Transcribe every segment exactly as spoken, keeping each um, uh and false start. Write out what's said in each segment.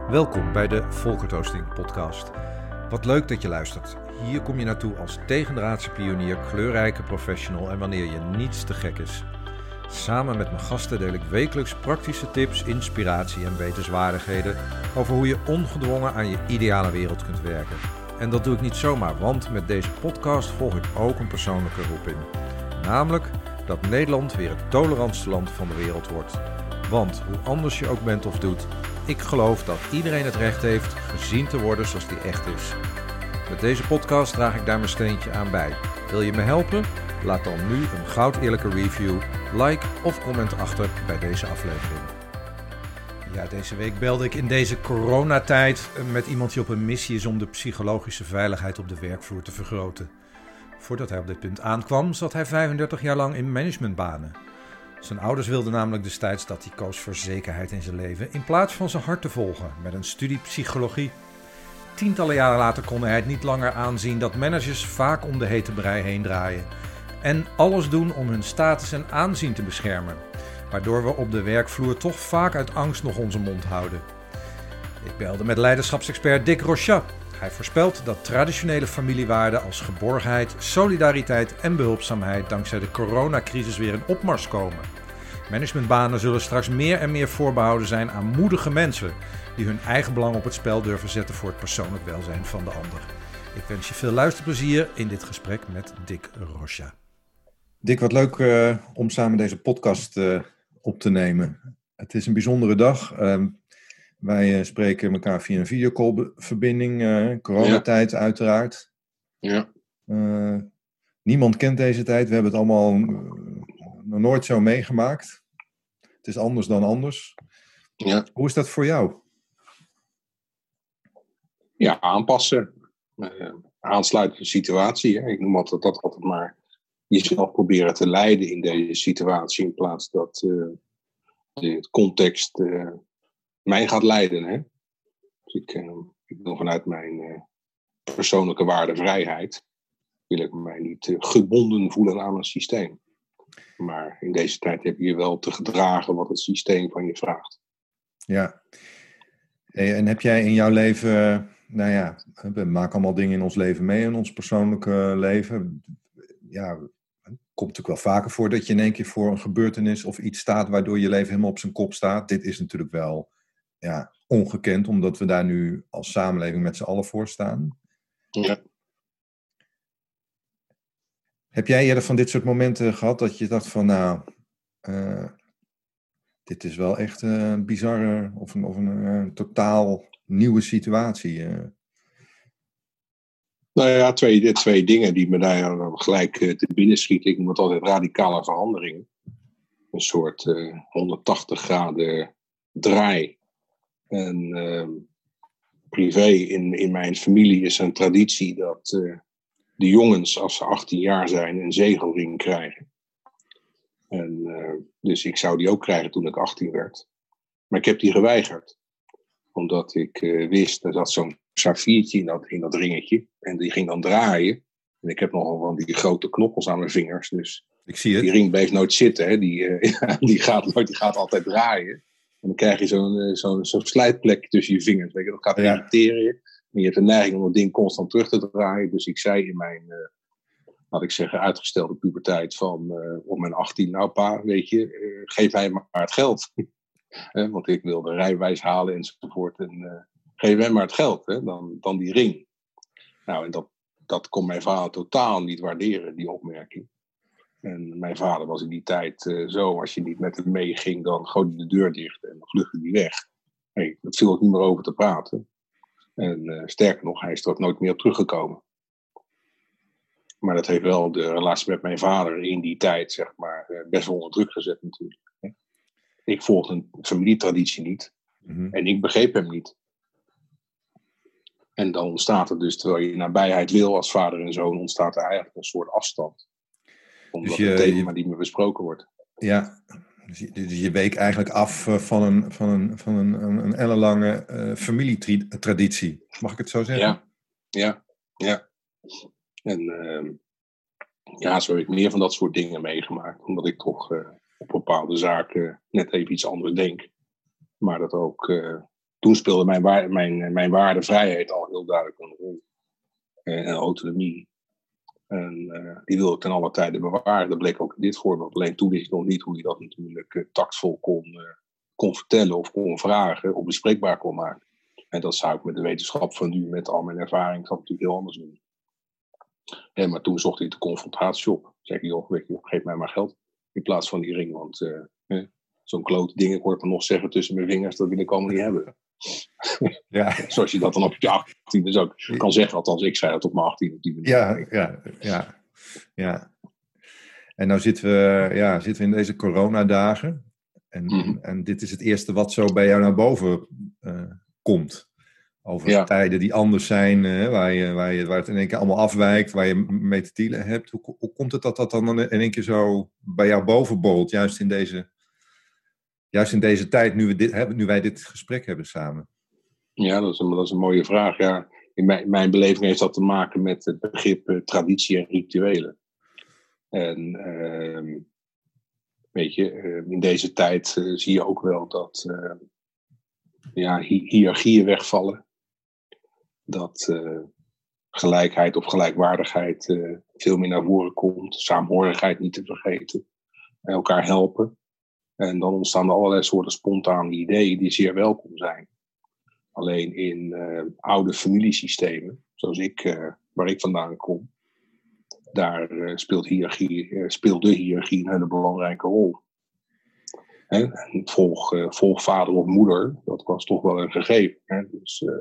Welkom bij de Volkert Oosting podcast. Wat leuk dat je luistert. Hier kom je naartoe als tegendraadse pionier, kleurrijke professional en wanneer je niets te gek is. Samen met mijn gasten deel ik wekelijks praktische tips, inspiratie en wetenswaardigheden over hoe je ongedwongen aan je ideale wereld kunt werken. En dat doe ik niet zomaar, want met deze podcast volg ik ook een persoonlijke roeping. Namelijk dat Nederland weer het tolerantste land van de wereld wordt. Want hoe anders je ook bent of doet, ik geloof dat iedereen het recht heeft gezien te worden zoals die echt is. Met deze podcast draag ik daar mijn steentje aan bij. Wil je me helpen? Laat dan nu een goud eerlijke review, like of comment achter bij deze aflevering. Ja, deze week belde ik in deze coronatijd met iemand die op een missie is om de psychologische veiligheid op de werkvloer te vergroten. Voordat hij op dit punt aankwam, zat hij vijfendertig jaar lang in managementbanen. Zijn ouders wilden namelijk destijds dat hij koos voor zekerheid in zijn leven in plaats van zijn hart te volgen met een studie psychologie. Tientallen jaren later kon hij het niet langer aanzien dat managers vaak om de hete brei heen draaien en alles doen om hun status en aanzien te beschermen, waardoor we op de werkvloer toch vaak uit angst nog onze mond houden. Ik belde met leiderschapsexpert Dick Rochat. Hij voorspelt dat traditionele familiewaarden als geborgenheid, solidariteit en behulpzaamheid dankzij de coronacrisis weer in opmars komen. Managementbanen zullen straks meer en meer voorbehouden zijn aan moedige mensen die hun eigen belang op het spel durven zetten voor het persoonlijk welzijn van de ander. Ik wens je veel luisterplezier in dit gesprek met Dick Rochat. Dick, wat leuk uh, om samen deze podcast uh, op te nemen. Het is een bijzondere dag. Uh, Wij uh, spreken elkaar via een videocallverbinding, uh, coronatijd ja. uiteraard. Ja. Uh, niemand kent deze tijd, we hebben het allemaal uh, nog nooit zo meegemaakt. Het is anders dan anders. Ja. Hoe is dat voor jou? Ja, aanpassen. Uh, aansluiten op de situatie. Hè. Ik noem altijd dat altijd maar jezelf proberen te leiden in deze situatie in plaats dat uh, de context Uh, mij gaat leiden. Hè? Dus ik, uh, ik wil vanuit mijn uh, persoonlijke waarde vrijheid, wil ik mij niet uh, gebonden voelen aan een systeem. Maar in deze tijd heb je je wel te gedragen wat het systeem van je vraagt. Ja. Hey, en heb jij in jouw leven, uh, nou ja, we maken allemaal dingen in ons leven mee, in ons persoonlijke leven. Ja, het komt natuurlijk wel vaker voor dat je in één keer voor een gebeurtenis of iets staat waardoor je leven helemaal op zijn kop staat. Dit is natuurlijk wel Ja, ongekend, omdat we daar nu als samenleving met z'n allen voor staan. Ja. Heb jij eerder van dit soort momenten gehad dat je dacht van, nou, uh, dit is wel echt uh, een bizarre of een, of een uh, totaal nieuwe situatie? Uh. Nou ja, twee, twee dingen die me daar gelijk uh, te binnen schieten. Ik noem het altijd radicale veranderingen. Een soort uh, honderdtachtig graden draai. En uh, privé in, in mijn familie is een traditie dat uh, de jongens als ze achttien jaar zijn een zegelring krijgen. En, uh, dus ik zou die ook krijgen toen ik achttien werd. Maar ik heb die geweigerd. Omdat ik uh, wist, er zat zo'n saffiertje in dat, in dat ringetje. En die ging dan draaien. En ik heb nogal van die grote knokkels aan mijn vingers. Dus ik zie het. Die ring bleef nooit zitten. Hè. Die, uh, die, gaat nooit, die gaat altijd draaien. En dan krijg je zo'n, zo'n, zo'n slijtplek tussen je vingers. Weet je, dat gaat irriteren je. En je hebt de neiging om het ding constant terug te draaien. Dus ik zei in mijn, uh, laat ik zeggen, uitgestelde puberteit van uh, op mijn achttien, nou pa, weet je, uh, geef mij maar het geld. uh, want ik wil de rijbewijs halen enzovoort. En uh, geef mij maar het geld, hè, dan, dan die ring. Nou, en dat, dat kon mijn vader totaal niet waarderen, die opmerking. En mijn vader was in die tijd uh, zo, als je niet met hem meeging, dan gooide hij de deur dicht en dan vluchtte hij weg. Hey, dat viel ook niet meer over te praten. En uh, sterker nog, hij is er ook nooit meer op teruggekomen. Maar dat heeft wel de relatie met mijn vader in die tijd, zeg maar, uh, best wel onder druk gezet natuurlijk. Hè. Ik volgde een familietraditie niet. Mm-hmm. En ik begreep hem niet. En dan ontstaat er dus, terwijl je nabijheid wil als vader en zoon, ontstaat er eigenlijk een soort afstand. Omdat dus je, het thema niet meer besproken wordt. Ja, dus je, dus je week eigenlijk af van een, van een, van een, een ellenlange uh, familietraditie. Mag ik het zo zeggen? Ja, ja, ja. En uh, ja, zo heb ik meer van dat soort dingen meegemaakt. Omdat ik toch uh, op bepaalde zaken net even iets anders denk. Maar dat ook uh, toen speelde mijn, waar, mijn, mijn waardevrijheid al heel duidelijk een rol. En autonomie. En uh, die wil ik ten alle tijde bewaren. Dat bleek ook in dit voorbeeld. Alleen toen wist ik nog niet hoe je dat natuurlijk uh, tactvol kon, uh, kon vertellen of kon vragen of bespreekbaar kon maken. En dat zou ik met de wetenschap van nu, met al mijn ervaring, zou ik natuurlijk heel anders doen. En, maar toen zocht ik de confrontatie op. Zeg ik, joh, weet je, geef mij maar geld in plaats van die ring. Want uh, eh, zo'n klote ding, ik hoor het me nog zeggen tussen mijn vingers, dat wil ik allemaal niet hebben. Ja. Zoals je dat dan op je achttiende dus ook kan zeggen. Althans, ik zei dat op mijn achttiende op die manier. Ja, ja, ja, ja. En nou zitten we, ja, zitten we in deze coronadagen. En, mm-hmm. en dit is het eerste wat zo bij jou naar boven uh, komt. Over ja. tijden die anders zijn, uh, waar, je, waar, je, waar het in één keer allemaal afwijkt, waar je mee te dealen hebt. Hoe, hoe komt het dat dat dan in één keer zo bij jou boven borrelt, juist in deze... Juist in deze tijd, nu, we dit hebben, nu wij dit gesprek hebben samen. Ja, dat is een, dat is een mooie vraag. Ja. In mijn, mijn beleving heeft dat te maken met het begrip uh, traditie en rituelen. En uh, weet je, uh, in deze tijd uh, zie je ook wel dat uh, ja, hi- hiërarchieën wegvallen. Dat uh, gelijkheid of gelijkwaardigheid uh, veel meer naar voren komt. Saamhorigheid niet te vergeten. En elkaar helpen. En dan ontstaan er allerlei soorten spontane ideeën die zeer welkom zijn. Alleen in uh, oude familiesystemen, zoals ik, uh, waar ik vandaan kom, daar uh, speelt, hiërarchie, uh, speelt de hiërarchie een hele belangrijke rol. Hè? En volg, uh, volg vader of moeder, dat was toch wel een gegeven. Hè? Dus, uh,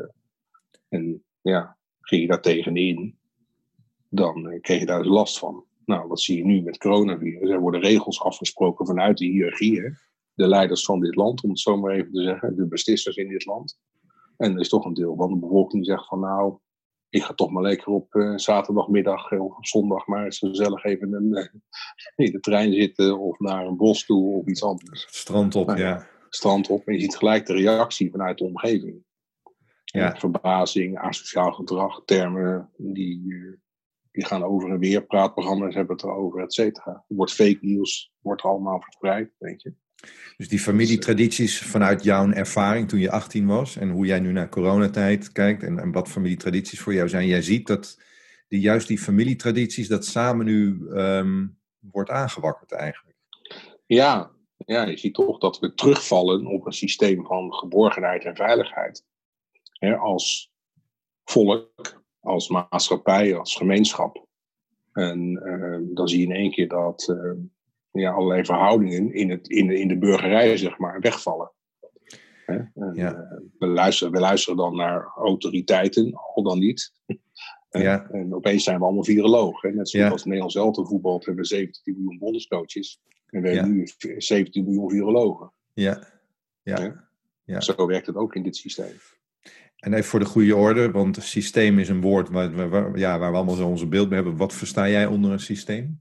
en ja, ging je daar tegenin, dan uh, kreeg je daar dus last van. Nou, wat zie je nu met coronavirus? Er worden regels afgesproken vanuit de hiërarchie. Hè? De leiders van dit land, om het zo maar even te zeggen. De beslissers in dit land. En er is toch een deel van de bevolking die zegt van nou, ik ga toch maar lekker op uh, zaterdagmiddag of op zondag maar eens gezellig even in, uh, in de trein zitten of naar een bos toe of iets anders. Strand op, nou, ja. Strand op. En je ziet gelijk de reactie vanuit de omgeving. Ja. En verbazing, asociaal gedrag, termen die... Uh, Die gaan over en weer, praatprogramma's hebben het erover, et cetera. Er wordt fake nieuws, wordt er allemaal verspreid, weet je. Dus die familietradities vanuit jouw ervaring toen je achttien was en hoe jij nu naar coronatijd kijkt en, en wat familietradities voor jou zijn. Jij ziet dat die, juist die familietradities, dat samen nu um, wordt aangewakkerd eigenlijk. Ja, ja, je ziet toch dat we terugvallen op een systeem van geborgenheid en veiligheid. He, als volk, als maatschappij, als gemeenschap. En uh, dan zie je in één keer dat uh, ja, allerlei verhoudingen in, het, in, de, in de burgerij zeg maar, wegvallen. Hè? En, ja. uh, we, luisteren, we luisteren dan naar autoriteiten, al dan niet. Ja. En opeens zijn we allemaal virologen. Net zoals ja. als Nederlands elftal hebben we zeventien miljoen bondscoaches. En we ja. hebben nu zeventien miljoen virologen. Ja. Ja. Ja. Ja. Zo werkt het ook in dit systeem. En even voor de goede orde, want systeem is een woord waar, waar, ja, waar we allemaal zo onze beeld bij hebben. Wat versta jij onder een systeem?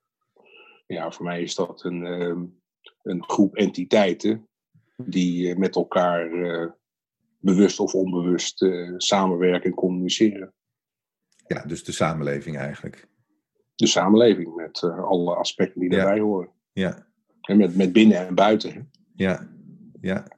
Ja, voor mij is dat een, um, een groep entiteiten die uh, met elkaar uh, bewust of onbewust uh, samenwerken en communiceren. Ja, dus de samenleving eigenlijk. De samenleving met uh, alle aspecten die daarbij ja. horen. Ja. En met, met binnen en buiten. Hè? Ja, ja.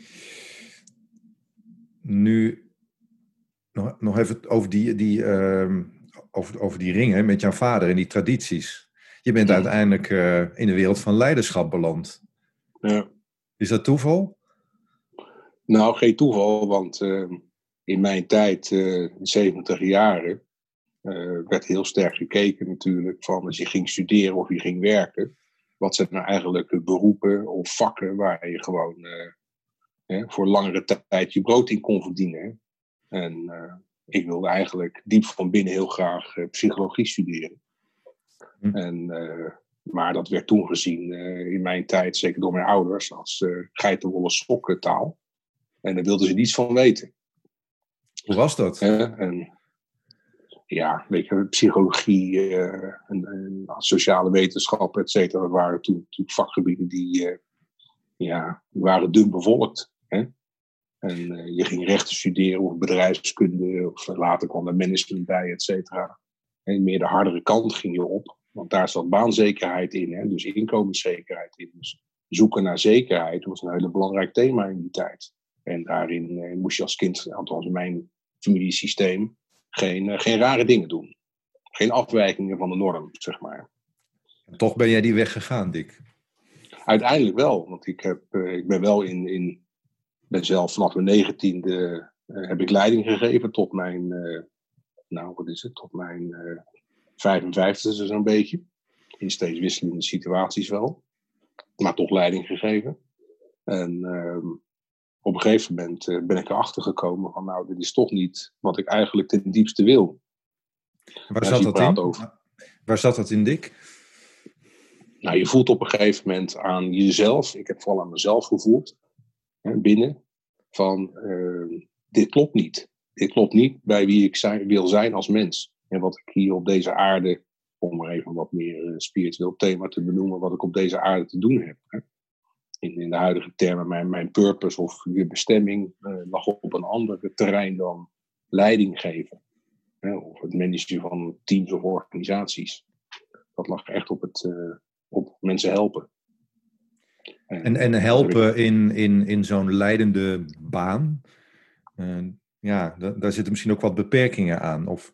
Nu, nog, nog even over die, die, uh, over, over die ringen met jouw vader en die tradities. Je bent ja. uiteindelijk uh, in de wereld van leiderschap beland. Ja. Is dat toeval? Nou, geen toeval, want uh, in mijn tijd, uh, zeventig jaren, uh, werd heel sterk gekeken natuurlijk van als je ging studeren of je ging werken. Wat zijn nou eigenlijk beroepen of vakken waar je gewoon... Uh, He, voor langere tijd je brood in kon verdienen. He. En uh, ik wilde eigenlijk diep van binnen heel graag uh, psychologie studeren. Hm. En, uh, maar dat werd toen gezien uh, in mijn tijd, zeker door mijn ouders, als uh, geitenwolle sokken taal. En daar wilden ze niets van weten. Hoe was dat? Uh, en, ja, weet je, psychologie uh, en, en sociale wetenschappen, et cetera. Dat waren toen natuurlijk vakgebieden die, uh, ja, die waren dun bevolkt. Hè? En uh, je ging rechten studeren of bedrijfskunde of uh, later kwam er management bij, et cetera. En meer de hardere kant ging je op, want daar zat baanzekerheid in, hè? Dus inkomenszekerheid in. Dus zoeken naar zekerheid was een hele belangrijk thema in die tijd. En daarin uh, moest je als kind, althans in mijn familiesysteem, geen, uh, geen rare dingen doen. Geen afwijkingen van de norm, zeg maar. Toch ben jij die weg gegaan, Dick? Uiteindelijk wel, want ik, heb, uh, ik ben wel in, in ben zelf vanaf mijn negentiende uh, heb ik leiding gegeven tot mijn, uh, nou wat is het, tot mijn uh, vijfenvijftigste zo'n beetje. In steeds wisselende situaties wel, maar toch leiding gegeven. En uh, op een gegeven moment uh, ben ik erachter gekomen van nou, dit is toch niet wat ik eigenlijk ten diepste wil. Waar zat dat in? Over... Waar zat dat in, Dick? Nou, je voelt op een gegeven moment aan jezelf, ik heb vooral aan mezelf gevoeld, hè, binnen, van uh, dit klopt niet. Dit klopt niet bij wie ik zijn, wil zijn als mens. En wat ik hier op deze aarde, om maar even wat meer uh, spiritueel thema te benoemen, wat ik op deze aarde te doen heb. Hè. In, in de huidige termen, mijn, mijn purpose of je bestemming uh, lag op een ander terrein dan leiding geven. Hè, of het managen van teams of organisaties. Dat lag echt op het... Uh, op mensen helpen. En, en, en helpen ik... in, in, in zo'n leidende baan, uh, ja, da, daar zitten misschien ook wat beperkingen aan. Of...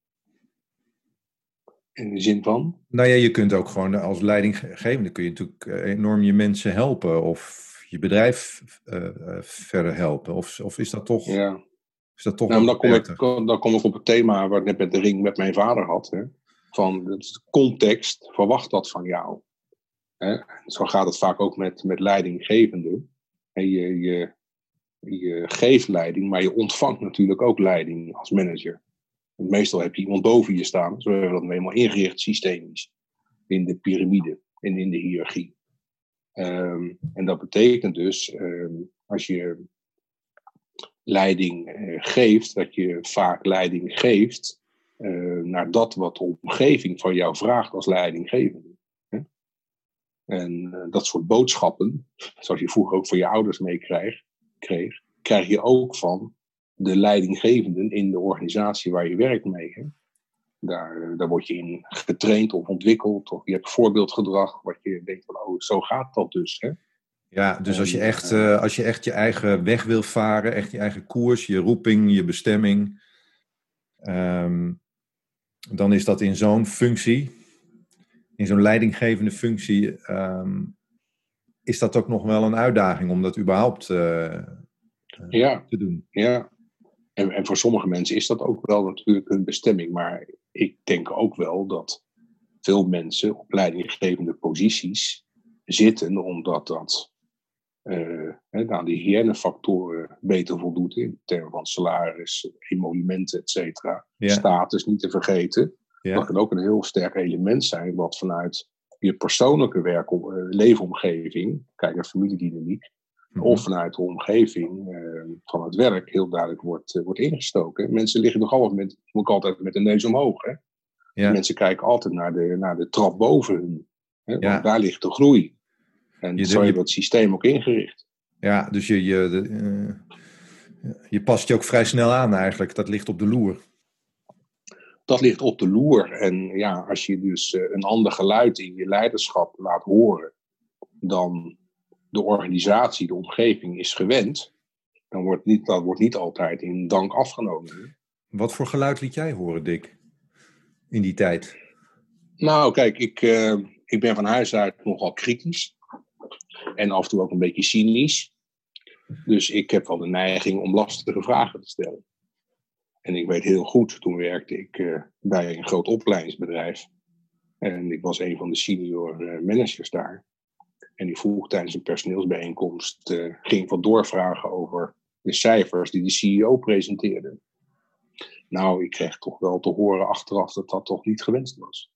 In de zin van? Nou ja, je kunt ook gewoon als leidinggevende kun je natuurlijk enorm je mensen helpen of je bedrijf uh, uh, verder helpen. Of, of is dat toch... Ja. Is dat toch nou, dan, kom ik, dan kom ik op het thema waar ik net met de ring met mijn vader had. Hè. Van de context, verwacht dat van jou. Hè? Zo gaat het vaak ook met, met leidinggevenden. En je, je, je geeft leiding, maar je ontvangt natuurlijk ook leiding als manager. En meestal heb je iemand boven je staan. Zo hebben we dat nu eenmaal ingericht systemisch. In de piramide en in de hiërarchie. Um, en dat betekent dus, um, als je leiding uh, geeft, dat je vaak leiding geeft Uh, naar dat wat de omgeving van jou vraagt als leidinggevende. Hè? En uh, dat soort boodschappen, zoals je vroeger ook van je ouders meekreeg, kreeg, krijg je ook van de leidinggevenden in de organisatie waar je werkt mee. Hè? Daar, daar word je in getraind of ontwikkeld, of je hebt voorbeeldgedrag, wat je denkt van, oh, zo gaat dat dus. Hè? Ja, dus als je, echt, uh, als je echt je eigen weg wil varen, echt je eigen koers, je roeping, je bestemming, um, dan is dat in zo'n functie, in zo'n leidinggevende functie, um, is dat ook nog wel een uitdaging om dat überhaupt uh, uh, ja, te doen. Ja, en, en voor sommige mensen is dat ook wel natuurlijk hun bestemming. Maar ik denk ook wel dat veel mensen op leidinggevende posities zitten, omdat dat uh, aan die hygiënefactoren beter voldoet in termen van salaris, emolumenten, et cetera. Ja. Status niet te vergeten. Ja. Dat kan ook een heel sterk element zijn wat vanuit je persoonlijke werk, uh, leefomgeving, kijk naar familiedynamiek, mm-hmm. of vanuit de omgeving uh, van het werk heel duidelijk wordt, uh, wordt ingestoken. Mensen liggen nog altijd met, moet ik altijd met de neus omhoog. Hè? Ja. Dus mensen kijken altijd naar de, naar de trap boven hun. Hè? Want ja. daar ligt de groei. En je, zo hebben we het systeem ook ingericht. Ja, dus je, je, de, uh, je past je ook vrij snel aan eigenlijk. Dat ligt op de loer. Dat ligt op de loer. En ja, als je dus uh, een ander geluid in je leiderschap laat horen dan de organisatie, de omgeving is gewend, dan wordt niet, dat wordt niet altijd in dank afgenomen. Wat voor geluid liet jij horen, Dick, in die tijd? Nou, kijk, ik, uh, ik ben van huis uit nogal kritisch. En af en toe ook een beetje cynisch. Dus ik heb wel de neiging om lastige vragen te stellen. En ik weet heel goed, toen werkte ik uh, bij een groot opleidingsbedrijf. En ik was een van de senior uh, managers daar. En die vroeg tijdens een personeelsbijeenkomst, uh, ging ik wat doorvragen over de cijfers die de C E O presenteerde. Nou, ik kreeg toch wel te horen achteraf dat dat toch niet gewenst was.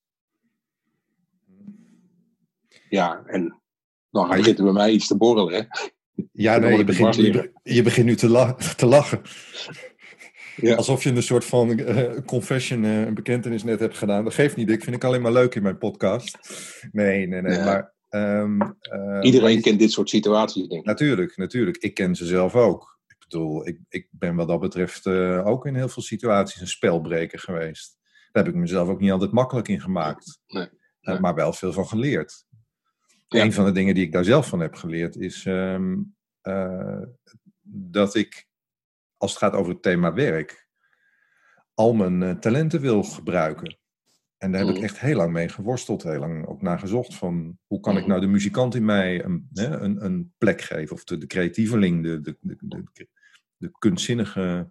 Ja, en dan begint er je... bij mij iets te borrelen, hè? Ja, nee, je begint, je, je begint nu te, la- te lachen. Ja. Alsof je een soort van uh, confession, uh, een bekentenis net hebt gedaan. Dat geeft niet, ik vind ik alleen maar leuk in mijn podcast. Nee, nee, nee, ja. maar... Um, uh, Iedereen kent dit soort situaties, denk ik. Natuurlijk, natuurlijk. Ik ken ze zelf ook. Ik bedoel, ik, ik ben wat dat betreft uh, ook in heel veel situaties een spelbreker geweest. Daar heb ik mezelf ook niet altijd makkelijk in gemaakt. Nee, nee. Uh, maar wel veel van geleerd. Ja. Een van de dingen die ik daar zelf van heb geleerd is... Um, uh, dat ik, als het gaat over het thema werk, al mijn uh, talenten wil gebruiken. En daar heb mm. ik echt heel lang mee geworsteld, heel lang ook naar gezocht van hoe kan mm. ik nou de muzikant in mij een, hè, een, een plek geven, of de, de creatieveling, de, de, de, de, de kunstzinnige...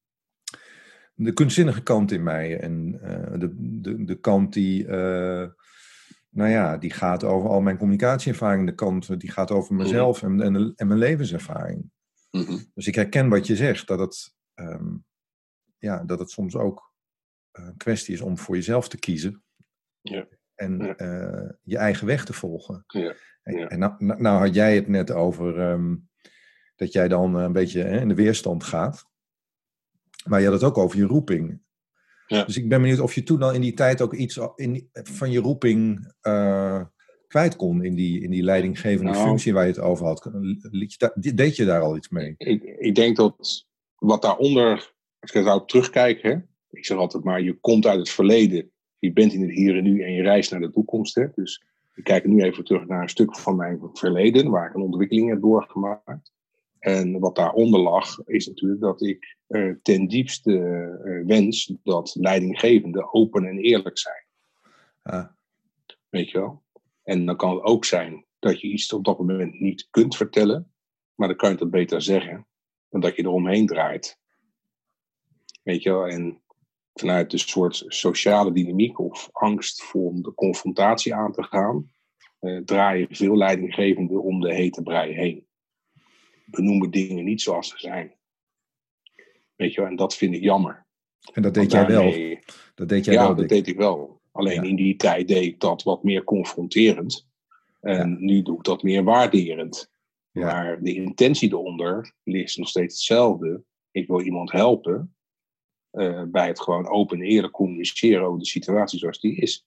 De kunstzinnige kant in mij en uh, de, de, de kant die, uh, nou ja, die gaat over al mijn communicatieervaring, de kant die gaat over mezelf mm-hmm. en, en, en mijn levenservaring. Mm-hmm. Dus ik herken wat je zegt, dat het, um, ja, dat het soms ook een kwestie is om voor jezelf te kiezen ja. en ja. Uh, je eigen weg te volgen. Ja. En, ja. en nou, nou had jij het net over um, dat jij dan een beetje hè, in de weerstand gaat. Maar je had het ook over je roeping. Ja. Dus ik ben benieuwd of je toen al in die tijd ook iets in, van je roeping uh, kwijt kon in die, in die leidinggevende nou, functie waar je het over had. Deed je daar al iets mee? Ik, ik denk dat wat daaronder, als ik zou terugkijken, hè, ik zeg altijd maar, je komt uit het verleden, je bent in het hier en nu en je reist naar de toekomst. Hè, dus ik kijk nu even terug naar een stuk van mijn verleden, waar ik een ontwikkeling heb doorgemaakt. En wat daaronder lag, is natuurlijk dat ik uh, ten diepste uh, wens dat leidinggevenden open en eerlijk zijn. Ah. Weet je wel? En dan kan het ook zijn dat je iets op dat moment niet kunt vertellen, maar dan kan je dat beter zeggen dan dat je eromheen draait. Weet je wel? En vanuit een soort sociale dynamiek of angst voor de confrontatie aan te gaan, uh, draaien veel leidinggevenden om de hete brei heen. Benoemen dingen niet zoals ze zijn. Weet je wel, en dat vind ik jammer. En dat deed jij daarmee, wel? Dat deed jij ja, wel, dat deed ik wel. Alleen ja. in die tijd deed ik dat wat meer confronterend. En ja. nu doe ik dat meer waarderend. Ja. Maar de intentie eronder ligt nog steeds hetzelfde. Ik wil iemand helpen uh, bij het gewoon open en eerlijk communiceren over de situatie zoals die is.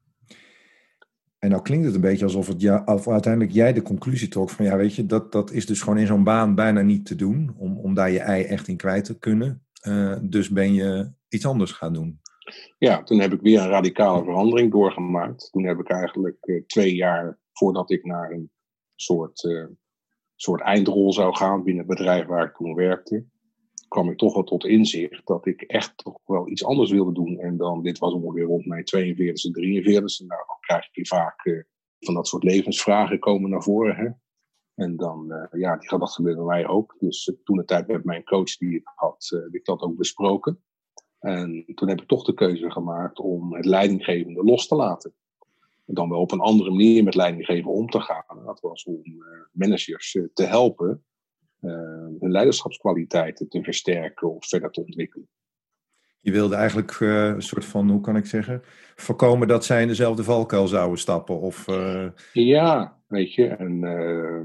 En nou klinkt het een beetje alsof, het ja, of uiteindelijk jij de conclusie trok van ja, weet je, dat, dat is dus gewoon in zo'n baan bijna niet te doen, om, om daar je ei echt in kwijt te kunnen. Uh, dus ben je iets anders gaan doen. Ja, toen heb ik weer een radicale verandering doorgemaakt. Toen heb ik eigenlijk uh, twee jaar voordat ik naar een soort, uh, soort eindrol zou gaan binnen het bedrijf waar ik toen werkte, kwam ik toch wel tot inzicht dat ik echt toch wel iets anders wilde doen. En dan, dit was ongeveer rond mijn tweeënveertigste, drieënveertigste. Nou, dan krijg je vaak uh, van dat soort levensvragen komen naar voren. Hè? En dan, uh, ja, die, dat gebeurde bij mij ook. Dus uh, toen de tijd met mijn coach die ik had, uh, heb ik dat ook besproken. En toen heb ik toch de keuze gemaakt om het leidinggevende los te laten. En dan wel op een andere manier met leidinggeven om te gaan. Dat was om uh, managers uh, te helpen Uh, hun leiderschapskwaliteiten te versterken of verder te ontwikkelen. Je wilde eigenlijk uh, een soort van, hoe kan ik zeggen, voorkomen dat zij in dezelfde valkuil zouden stappen? Of, uh... Ja, weet je, en uh,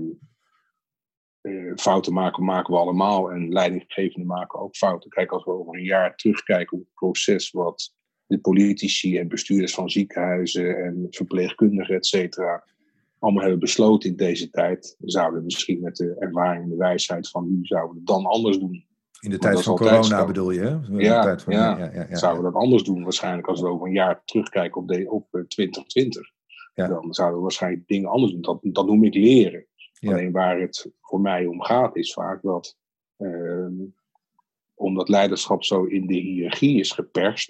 uh, fouten maken, maken we allemaal en leidinggevenden maken ook fouten. Kijk, als we over een jaar terugkijken op het proces wat de politici en bestuurders van ziekenhuizen en verpleegkundigen, et cetera, allemaal hebben besloten in deze tijd, zouden we misschien met de ervaring en de wijsheid van nu zouden we het dan anders doen. In de tijd van corona zo. Bedoel je, hè? Ja, de tijd van, ja, ja, ja, ja, ja, zouden we dat anders doen waarschijnlijk als we over een jaar terugkijken op, de, op twintig twintig. Ja. Dan zouden we waarschijnlijk dingen anders doen. Dat, dat noem ik leren. Ja. Alleen waar het voor mij om gaat is vaak dat, uh, omdat leiderschap zo in de hiërarchie is geperst,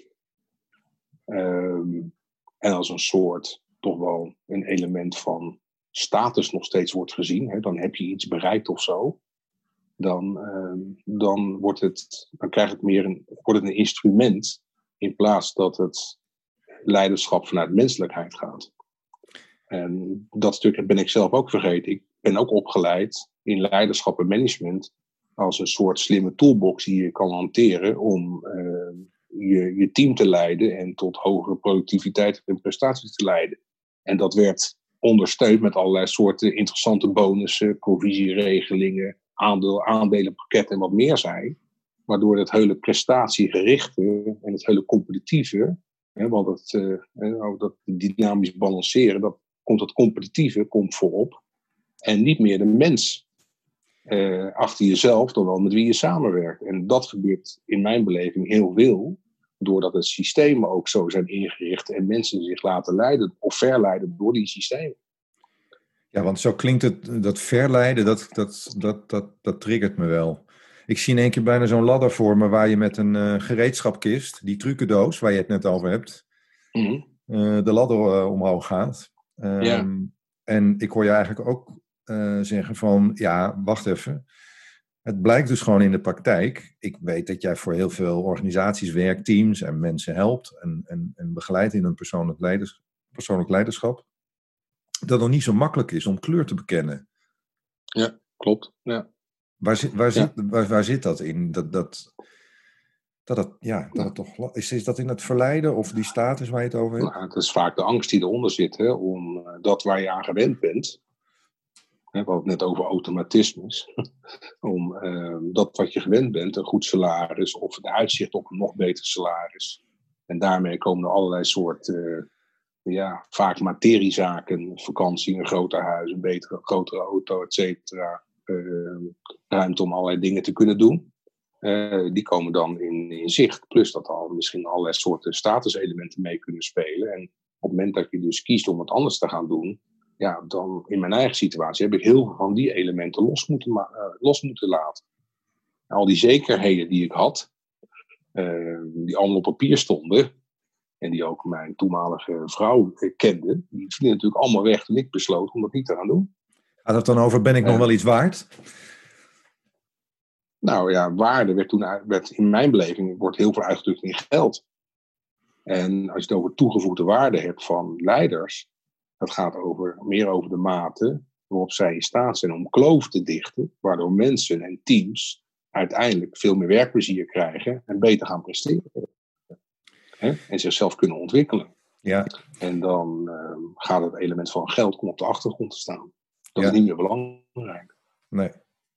uh, en als een soort toch wel een element van status nog steeds wordt gezien, hè, dan heb je iets bereikt of zo, dan, uh, dan, wordt het, dan krijgt het meer een, wordt het een instrument in plaats dat het leiderschap vanuit menselijkheid gaat. En dat stuk ben ik zelf ook vergeten. Ik ben ook opgeleid in leiderschap en management als een soort slimme toolbox die je kan hanteren om uh, je, je team te leiden en tot hogere productiviteit en prestaties te leiden. En dat werd ondersteund met allerlei soorten interessante bonussen, provisieregelingen, aandeel, aandelenpakketten en wat meer zijn. Waardoor het hele prestatiegerichte en het hele competitieve, hè, want het, uh, dat dynamisch balanceren, dat komt het competitieve komt voorop. En niet meer de mens uh, achter jezelf, dan wel met wie je samenwerkt. En dat gebeurt in mijn beleving heel veel, doordat het systemen ook zo zijn ingericht en mensen zich laten leiden of verleiden door die systemen. Ja, want zo klinkt het, dat verleiden, dat, dat, dat, dat, dat triggert me wel. Ik zie in één keer bijna zo'n ladder voor me waar je met een uh, gereedschapkist, die trucendoos waar je het net over hebt, Mm-hmm. uh, de ladder uh, omhoog gaat. Um, Ja. En ik hoor je eigenlijk ook uh, zeggen van, ja, wacht even. Het blijkt dus gewoon in de praktijk. Ik weet dat jij voor heel veel organisaties werkt, teams en mensen helpt en, en, en begeleidt in hun persoonlijk, leiders, persoonlijk leiderschap. Dat het niet zo makkelijk is om kleur te bekennen. Ja, klopt. Ja. Waar, zit, waar, Ja. zit, waar, waar zit dat in? Dat, dat, dat het, ja, dat Ja. het toch, is, is dat in het verleiden of die status waar je het over hebt? Nou, het is vaak de angst die eronder zit, hè, om uh, dat waar je aan gewend bent. Hè, we hadden het net over automatismes. om uh, dat wat je gewend bent, een goed salaris of de uitzicht op een nog beter salaris. En daarmee komen er allerlei soorten, uh, ja, vaak materiezaken, vakantie, een groter huis, een betere, grotere auto, et cetera. Uh, ruimte om allerlei dingen te kunnen doen. Uh, die komen dan in, in zicht. Plus dat al misschien allerlei soorten statuselementen mee kunnen spelen. En op het moment dat je dus kiest om het anders te gaan doen, ja, dan in mijn eigen situatie heb ik heel veel van die elementen los moeten, ma- uh, los moeten laten. En al die zekerheden die ik had, uh, die allemaal op papier stonden, en die ook mijn toenmalige vrouw kende, die vielen natuurlijk allemaal weg toen ik besloot om dat niet te gaan doen. Gaat het dan over, ben ik nog Uh, wel iets waard? Nou ja, waarde werd toen werd in mijn beleving wordt heel veel uitgedrukt in geld. En als je het over toegevoegde waarde hebt van leiders, dat gaat over, meer over de mate waarop zij in staat zijn om kloof te dichten, waardoor mensen en teams uiteindelijk veel meer werkplezier krijgen en beter gaan presteren. Hè? En zichzelf kunnen ontwikkelen. Ja. En dan uh, gaat het element van geld komt op de achtergrond te staan. Dat Ja. is niet meer belangrijk. Nee.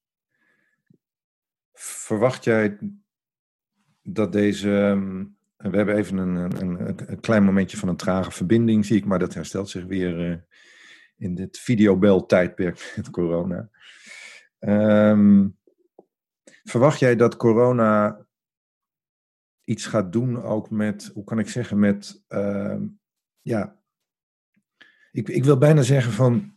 Verwacht jij dat deze... Um, we hebben even een, een, een klein momentje van een trage verbinding, zie ik, maar dat herstelt zich weer uh, in dit videobel-tijdperk met corona. Um, verwacht jij dat corona iets gaat doen ook met, hoe kan ik zeggen, met... Uh, ja, ik, ik wil bijna zeggen van...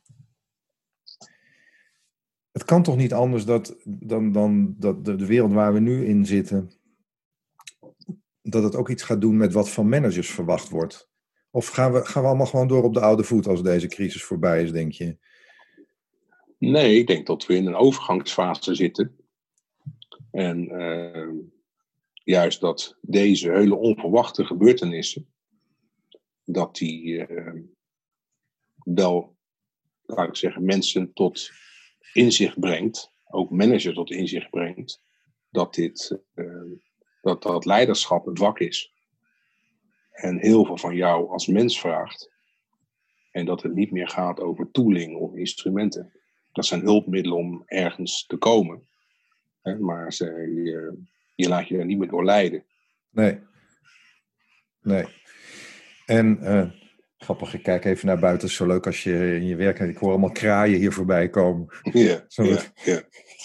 Het kan toch niet anders dat, dan, dan dat de, de wereld waar we nu in zitten, dat het ook iets gaat doen met wat van managers verwacht wordt? Of gaan we, gaan we allemaal gewoon door op de oude voet als deze crisis voorbij is, denk je? Nee, ik denk dat we in een overgangsfase zitten. En uh, juist dat deze hele onverwachte gebeurtenissen, dat die uh, wel, laat ik zeggen, mensen tot inzicht brengt, ook managers tot inzicht brengt, dat dit, uh, dat, dat leiderschap het vak is. En heel veel van jou als mens vraagt. En dat het niet meer gaat over tooling of instrumenten. Dat zijn hulpmiddelen om ergens te komen. Hè, maar ze, je, je laat je daar niet meer door leiden. Nee. Nee. En uh, grappig, ik kijk even naar buiten. Het is zo leuk als je in je werk hebt. Ik hoor allemaal kraaien hier voorbij komen. Ja, ja, ja.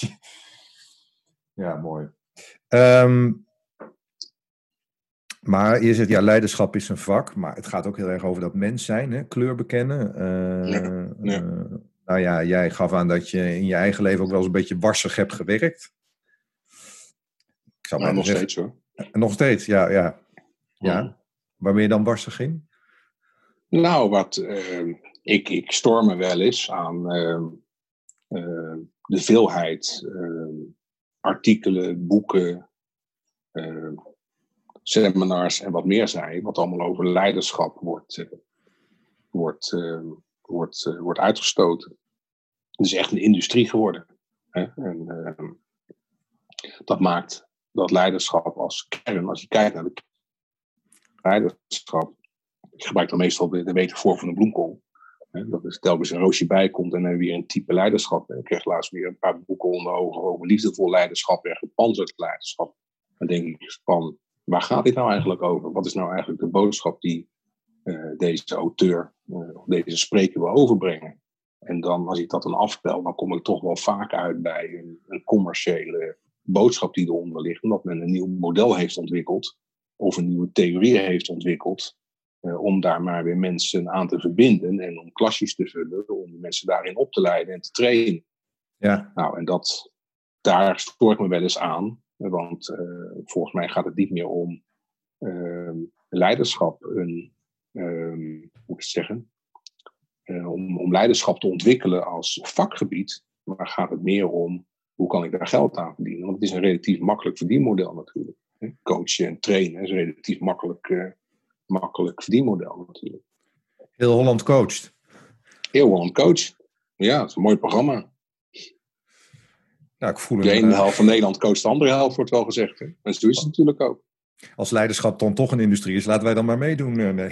Ja, mooi. Um, maar je zegt, ja, leiderschap is een vak. Maar het gaat ook heel erg over dat mens zijn. Hè? Kleur bekennen. Uh, Ja, ja. Uh, nou ja, jij gaf aan dat je in je eigen leven ook wel eens een beetje warsig hebt gewerkt. Ik zou nou, nog zeggen, steeds hoor. Nog steeds, ja. ja. ja. Mm. Waar ben je dan warsig in? Nou, wat, uh, ik, ik storm me wel eens aan uh, uh, de veelheid uh, artikelen, boeken, uh, seminars en wat meer zijn, wat allemaal over leiderschap wordt, uh, wordt, uh, wordt, uh, wordt uitgestoten. Het is echt een industrie geworden. Hè? En uh, dat maakt dat leiderschap als kern, als je kijkt naar de leiderschap, ik gebruik dan meestal de, de metafoor van de bloemkool. Hè? Dat er telkens een roosje bij komt en dan weer een type leiderschap. Ik kreeg laatst weer een paar boeken onder ogen over liefdevol leiderschap en gepanzerd leiderschap. Dan denk ik van, waar gaat dit nou eigenlijk over? Wat is nou eigenlijk de boodschap die uh, deze auteur, uh, deze spreker wil overbrengen? En dan, als ik dat dan afspel, dan kom ik toch wel vaak uit bij een, een commerciële boodschap die eronder ligt. Omdat men een nieuw model heeft ontwikkeld, of een nieuwe theorie heeft ontwikkeld, Uh, om daar maar weer mensen aan te verbinden en om klasjes te vullen, om mensen daarin op te leiden en te trainen. Ja. Nou, en dat, daar stoor ik me wel eens aan, want uh, volgens mij gaat het niet meer om uh, leiderschap, een, uh, hoe moet ik het zeggen, uh, om, om leiderschap te ontwikkelen als vakgebied, maar gaat het meer om hoe kan ik daar geld aan verdienen? Want het is een relatief makkelijk verdienmodel natuurlijk. Coachen en trainen is een relatief makkelijk, uh, makkelijk verdienmodel natuurlijk. Heel Holland coacht. Heel Holland coach. Ja, het is een mooi programma. Nou, ik voel de ene een, helft van Nederland coacht de andere helft, wordt wel gezegd. Hè? En zo is het natuurlijk ook. Als leiderschap dan toch een industrie is, laten wij dan maar meedoen. Nee.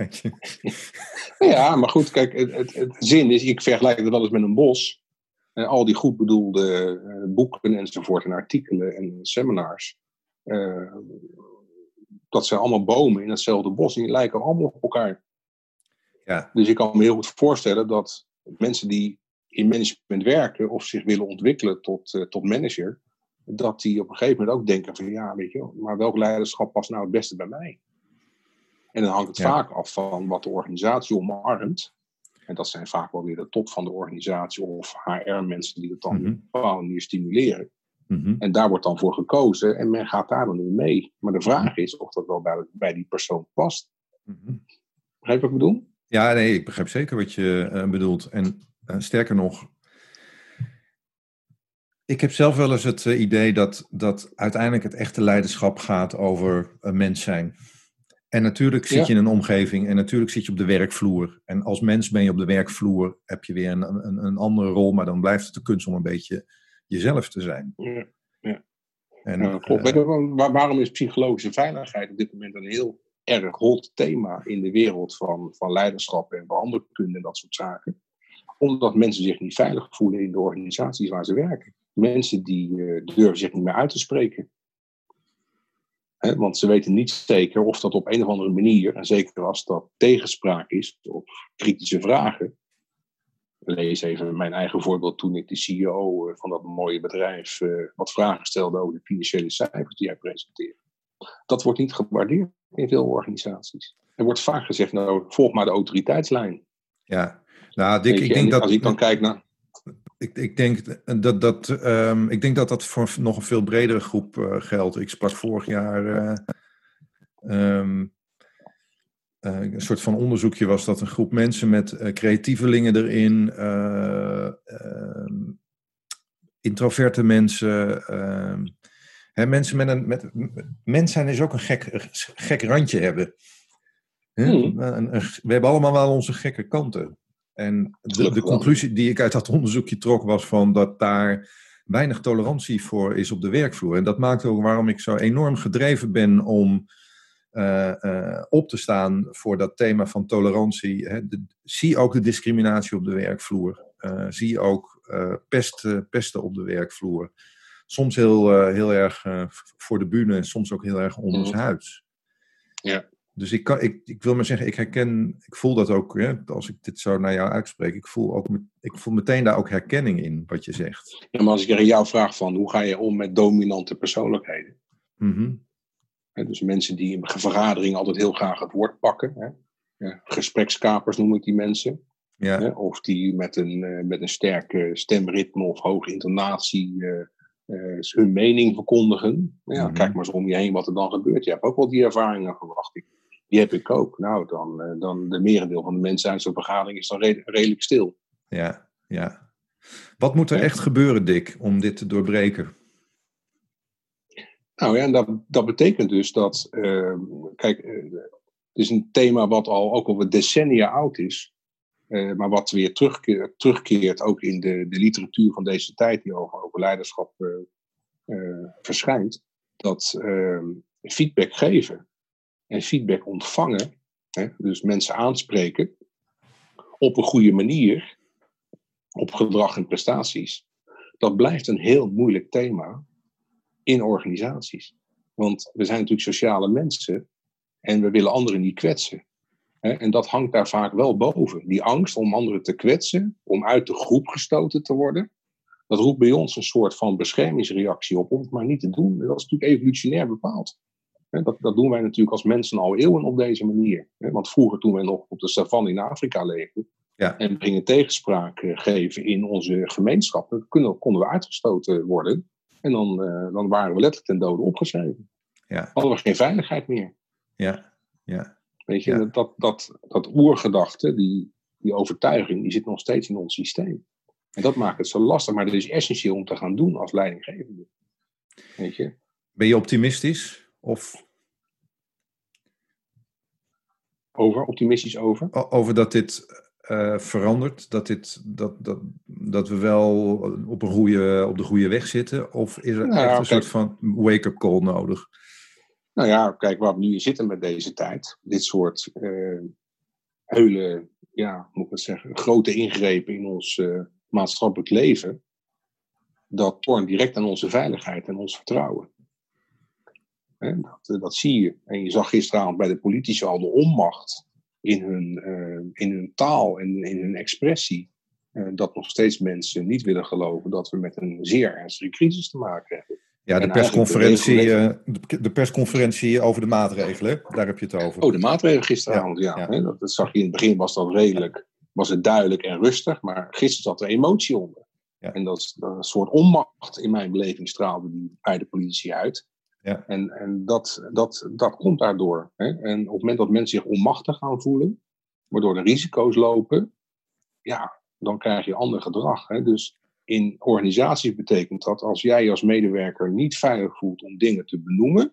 Ja, maar goed, kijk, het, het, het zin is, ik vergelijk het wel eens met een bos. En al die goed bedoelde uh, boeken enzovoort en artikelen en seminars. Uh, dat zijn allemaal bomen in hetzelfde bos en die lijken allemaal op elkaar. Ja. Dus ik kan me heel goed voorstellen dat mensen die in management werken of zich willen ontwikkelen tot, uh, tot manager, dat die op een gegeven moment ook denken van ja, weet je wel, maar welk leiderschap past nou het beste bij mij? En dan hangt het ja. vaak af van wat de organisatie omarmt. En dat zijn vaak wel weer de top van de organisatie of H R-mensen die het dan mm-hmm. op een bepaalde manier stimuleren. Mm-hmm. En daar wordt dan voor gekozen en men gaat daar dan in mee. Maar de vraag is of dat wel bij, bij die persoon past. Mm-hmm. Begrijp je wat ik bedoel? Ja, nee, ik begrijp zeker wat je uh, bedoelt. En uh, sterker nog, ik heb zelf wel eens het uh, idee dat, dat uiteindelijk het echte leiderschap gaat over uh, mens zijn. En natuurlijk zit ja. je in een omgeving en natuurlijk zit je op de werkvloer. En als mens ben je op de werkvloer, heb je weer een, een, een andere rol, maar dan blijft het de kunst om een beetje jezelf te zijn. Ja, ja. En, ja klopt. Uh, Waar, waarom is psychologische veiligheid op dit moment een heel erg hot thema in de wereld van, van leiderschap en veranderkunde en dat soort zaken? Omdat mensen zich niet veilig voelen in de organisaties waar ze werken. Mensen die uh, durven zich niet meer uit te spreken. He, want ze weten niet zeker of dat op een of andere manier, en zeker als dat tegenspraak is of kritische vragen. Lees even mijn eigen voorbeeld toen ik de C E O van dat mooie bedrijf uh, wat vragen stelde over de financiële cijfers die hij presenteerde. Dat wordt niet gewaardeerd in veel organisaties. Er wordt vaak gezegd, nou, volg maar de autoriteitslijn. Ja, nou, Dick, ik denk en dat... Als ik dan kijk naar... Ik, ik, denk dat, dat, um, ik denk dat dat voor nog een veel bredere groep uh, geldt. Ik sprak vorig jaar... Uh, um, uh, een soort van onderzoekje was dat een groep mensen met uh, creatievelingen erin... Uh, uh, introverte mensen... Uh, hè, mensen met een... Met, mens zijn is ook een gek, gek randje hebben. Hmm. Een, een, we hebben allemaal wel onze gekke kanten. En de, de conclusie die ik uit dat onderzoekje trok was van dat daar weinig tolerantie voor is op de werkvloer. En dat maakt ook waarom ik zo enorm gedreven ben om uh, uh, op te staan voor dat thema van tolerantie. Hè. De, zie ook de discriminatie op de werkvloer. Uh, zie ook uh, pesten, pesten op de werkvloer. Soms heel, uh, heel erg uh, voor de bühne en soms ook heel erg ondershuids. Ja. Dus ik, kan, ik, ik wil maar zeggen, ik herken, ik voel dat ook, hè, als ik dit zo naar jou uitspreek, ik voel, ook, ik voel meteen daar ook herkenning in, wat je zegt. Ja, maar als ik aan jou vraag van, hoe ga je om met dominante persoonlijkheden? Mm-hmm. He, dus mensen die in vergaderingen altijd heel graag het woord pakken. Hè? Ja, gesprekskapers noem ik die mensen. Ja. Hè? Of die met een, uh, met een sterke stemritme of hoge intonatie uh, uh, hun mening verkondigen. Ja, mm-hmm. Kijk maar eens om je heen wat er dan gebeurt. Je hebt ook wel die ervaringen, verwacht ik. Die heb ik ook. Nou, dan, dan de merendeel van de mensen uit zo'n vergadering is dan re- redelijk stil. Ja, ja. Wat moet er ja. echt gebeuren, Dick, om dit te doorbreken? Nou ja, dat, dat betekent dus dat... Uh, kijk, uh, het is een thema wat al ook al decennia oud is. Uh, maar wat weer terugkeert, terugkeert ook in de, de literatuur van deze tijd... die over, over leiderschap uh, uh, verschijnt. Dat uh, feedback geven... En feedback ontvangen, hè, dus mensen aanspreken op een goede manier, op gedrag en prestaties. Dat blijft een heel moeilijk thema in organisaties. Want we zijn natuurlijk sociale mensen en we willen anderen niet kwetsen. Hè, en dat hangt daar vaak wel boven. Die angst om anderen te kwetsen, om uit de groep gestoten te worden, dat roept bij ons een soort van beschermingsreactie op om het maar niet te doen. Dat is natuurlijk evolutionair bepaald. Dat, dat doen wij natuurlijk als mensen al eeuwen op deze manier. Want vroeger, toen wij nog op de savanne in Afrika leefden, ja. en gingen tegenspraak geven in onze gemeenschap, dan konden we uitgestoten worden. En dan, uh, dan waren we letterlijk ten dode opgeschreven. Ja. Hadden we geen veiligheid meer. Ja, ja. Weet je, ja. dat, dat, dat oergedachte, die, die overtuiging, die zit nog steeds in ons systeem. En dat maakt het zo lastig, maar dat is essentieel om te gaan doen als leidinggevende. Weet je? Ben je optimistisch? Of... Over, optimistisch over? O- over dat dit uh, verandert? Dat, dit, dat, dat, dat we wel op, een goede, op de goede weg zitten? Of is er nou, echt een kijk, soort van wake-up call nodig? Nou ja, kijk, waar we nu zitten met deze tijd. Dit soort uh, hele, ja, moet ik het zeggen, grote ingrepen in ons uh, maatschappelijk leven. Dat tornt direct aan onze veiligheid en ons vertrouwen. He, dat, dat zie je. En je zag gisteravond bij de politici al de onmacht in hun, uh, in hun taal en in hun expressie. Uh, dat nog steeds mensen niet willen geloven dat we met een zeer ernstige crisis te maken hebben. Ja, de persconferentie, de, uh, de persconferentie over de maatregelen, daar heb je het over. Oh, de maatregelen gisteravond, ja. ja. ja. Dat, dat zag je in het begin, was dat redelijk, was het duidelijk en rustig. Maar gisteren zat er emotie onder. Ja. En dat is dat een soort onmacht in mijn beleving straalde die bij de politici uit. Ja. En, en dat, dat, dat komt daardoor. Hè? En op het moment dat mensen zich onmachtig gaan voelen, waardoor de risico's lopen, ja, dan krijg je ander gedrag. Hè? Dus in organisaties betekent dat als jij als medewerker niet veilig voelt om dingen te benoemen,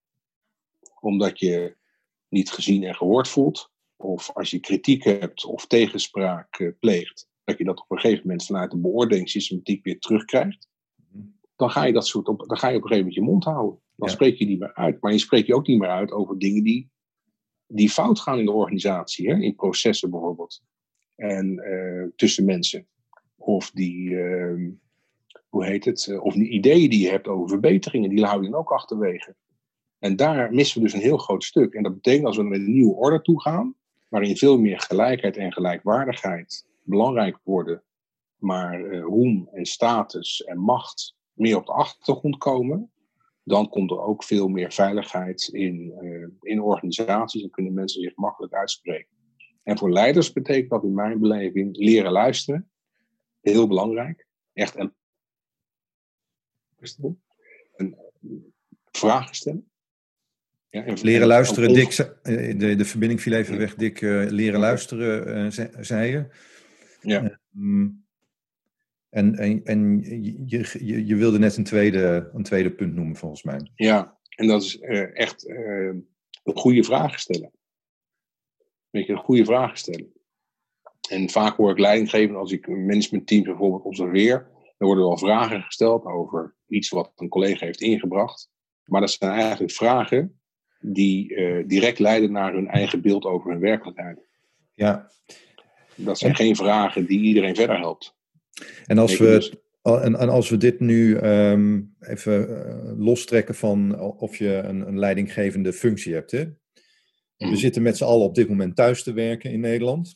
omdat je niet gezien en gehoord voelt, of als je kritiek hebt of tegenspraak uh, pleegt, dat je dat op een gegeven moment vanuit de beoordelingssystematiek weer terugkrijgt, dan ga je dat soort op, dan ga je op een gegeven moment je mond houden. Dan ja. spreek je niet meer uit. Maar je spreekt je ook niet meer uit over dingen die, die fout gaan in de organisatie. Hè? In processen bijvoorbeeld. En uh, tussen mensen. Of die, uh, hoe heet het? Uh, of die ideeën die je hebt over verbeteringen, die hou je dan ook achterwege. En daar missen we dus een heel groot stuk. En dat betekent als we naar een nieuwe orde toe gaan, waarin veel meer gelijkheid en gelijkwaardigheid belangrijk worden, maar uh, roem en status en macht meer op de achtergrond komen, dan komt er ook veel meer veiligheid in, uh, in organisaties en kunnen mensen zich makkelijk uitspreken. En voor leiders betekent dat in mijn beleving leren luisteren. Heel belangrijk. Echt en, en vragen stellen. Ja, en, leren en, luisteren, en, Dick, de, de verbinding viel even weg, Dick. Uh, leren okay. luisteren, uh, ze, zei je. Ja. Um, En, en, en je, je, je wilde net een tweede, een tweede punt noemen, volgens mij. Ja, en dat is uh, echt uh, een goede vragen stellen. Weet je, een goede vragen stellen. En vaak hoor ik leidinggevend, als ik managementteams bijvoorbeeld observeer, dan worden wel vragen gesteld over iets wat een collega heeft ingebracht. Maar dat zijn eigenlijk vragen die uh, direct leiden naar hun eigen beeld over hun werkelijkheid. Ja. Dat zijn en... geen vragen die iedereen verder helpt. En als, we, en, en als we dit nu um, even uh, lostrekken van of je een, een leidinggevende functie hebt. Hè? Mm. We zitten met z'n allen op dit moment thuis te werken in Nederland.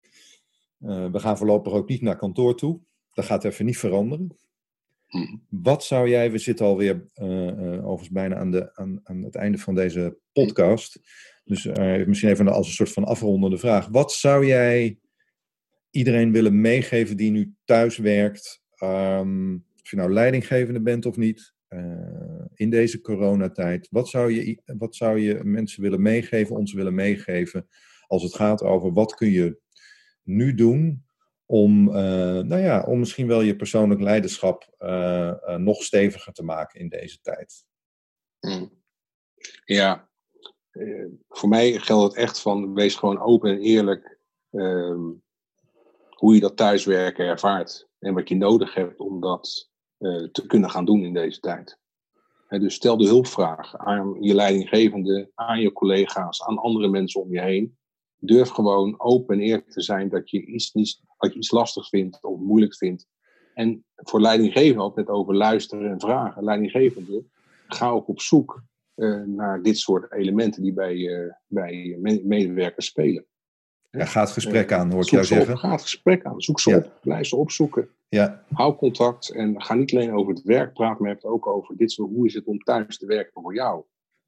Uh, we gaan voorlopig ook niet naar kantoor toe. Dat gaat even niet veranderen. Mm. Wat zou jij, we zitten alweer uh, uh, overigens bijna aan, de, aan, aan het einde van deze podcast. Dus uh, misschien even als een soort van afrondende vraag. Wat zou jij iedereen willen meegeven die nu thuis werkt, um, of je nou leidinggevende bent of niet, uh, in deze coronatijd, wat zou je, wat zou je mensen willen meegeven, ons willen meegeven, als het gaat over wat kun je nu doen om, uh, nou ja, om misschien wel je persoonlijk leiderschap uh, uh, nog steviger te maken in deze tijd? Hmm. Ja, uh, voor mij geldt het echt van, wees gewoon open en eerlijk, uh, hoe je dat thuiswerken ervaart en wat je nodig hebt om dat uh, te kunnen gaan doen in deze tijd. He, dus stel de hulpvraag aan je leidinggevende, aan je collega's, aan andere mensen om je heen. Durf gewoon open en eerlijk te zijn dat je iets, niet, dat je iets lastig vindt of moeilijk vindt. En voor leidinggevenden altijd over luisteren en vragen. Leidinggevende, ga ook op zoek uh, naar dit soort elementen die bij, uh, bij medewerkers spelen. Ja, ga het gesprek aan, hoor ik jou zeggen. Ga het gesprek aan, zoek ze ja. op, blijf ze opzoeken. Ja. Hou contact en ga niet alleen over het werk praten, maar heb het ook over dit soort, hoe is het om thuis te werken voor jou.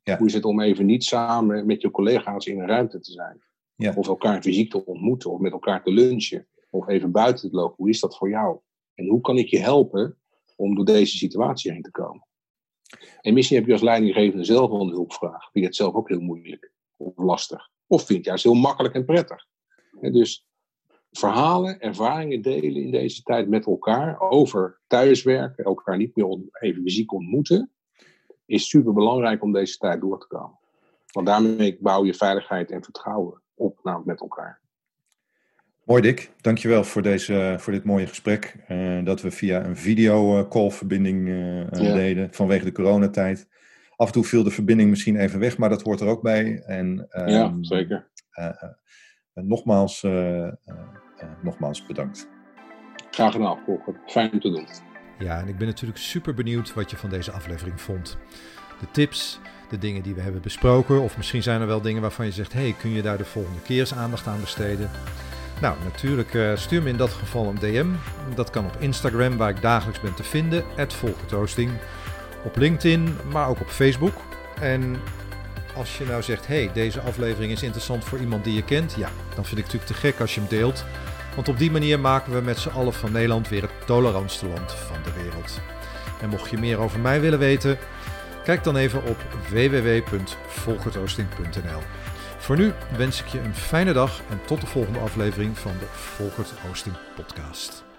Ja. Hoe is het om even niet samen met je collega's in een ruimte te zijn? Ja. Of elkaar fysiek te ontmoeten, of met elkaar te lunchen, of even buiten te lopen. Hoe is dat voor jou? En hoe kan ik je helpen om door deze situatie heen te komen? En misschien heb je als leidinggevende zelf wel een hulpvraag. Vind je het zelf ook heel moeilijk of lastig? Of vind je het juist heel makkelijk en prettig? En dus verhalen, ervaringen delen in deze tijd met elkaar over thuiswerken, elkaar niet meer even fysiek ontmoeten, is super belangrijk om deze tijd door te komen. Want daarmee bouw je veiligheid en vertrouwen op nou, met elkaar. Mooi Dick, dankjewel voor, deze, voor dit mooie gesprek. Uh, dat we via een videocall-verbinding uh, ja. deden vanwege de coronatijd. Af en toe viel de verbinding misschien even weg, maar dat hoort er ook bij. En, um, ja, zeker. Uh, uh, uh, nogmaals, uh, uh, uh, nogmaals bedankt. Graag gedaan, Volker. Fijn om te doen. Ja, en ik ben natuurlijk super benieuwd wat je van deze aflevering vond. De tips, de dingen die we hebben besproken. Of misschien zijn er wel dingen waarvan je zegt, hey, kun je daar de volgende keer eens aandacht aan besteden? Nou, natuurlijk uh, stuur me in dat geval een D M. Dat kan op Instagram, waar ik dagelijks ben te vinden, at volkertoasting. Op LinkedIn, maar ook op Facebook. En als je nou zegt, hey, deze aflevering is interessant voor iemand die je kent, ja, dan vind ik het natuurlijk te gek als je hem deelt. Want op die manier maken we met z'n allen van Nederland weer het tolerantste land van de wereld. En mocht je meer over mij willen weten, kijk dan even op w w w punt volkertoasting punt n l. Voor nu wens ik je een fijne dag en tot de volgende aflevering van de Volkert Oosting Podcast.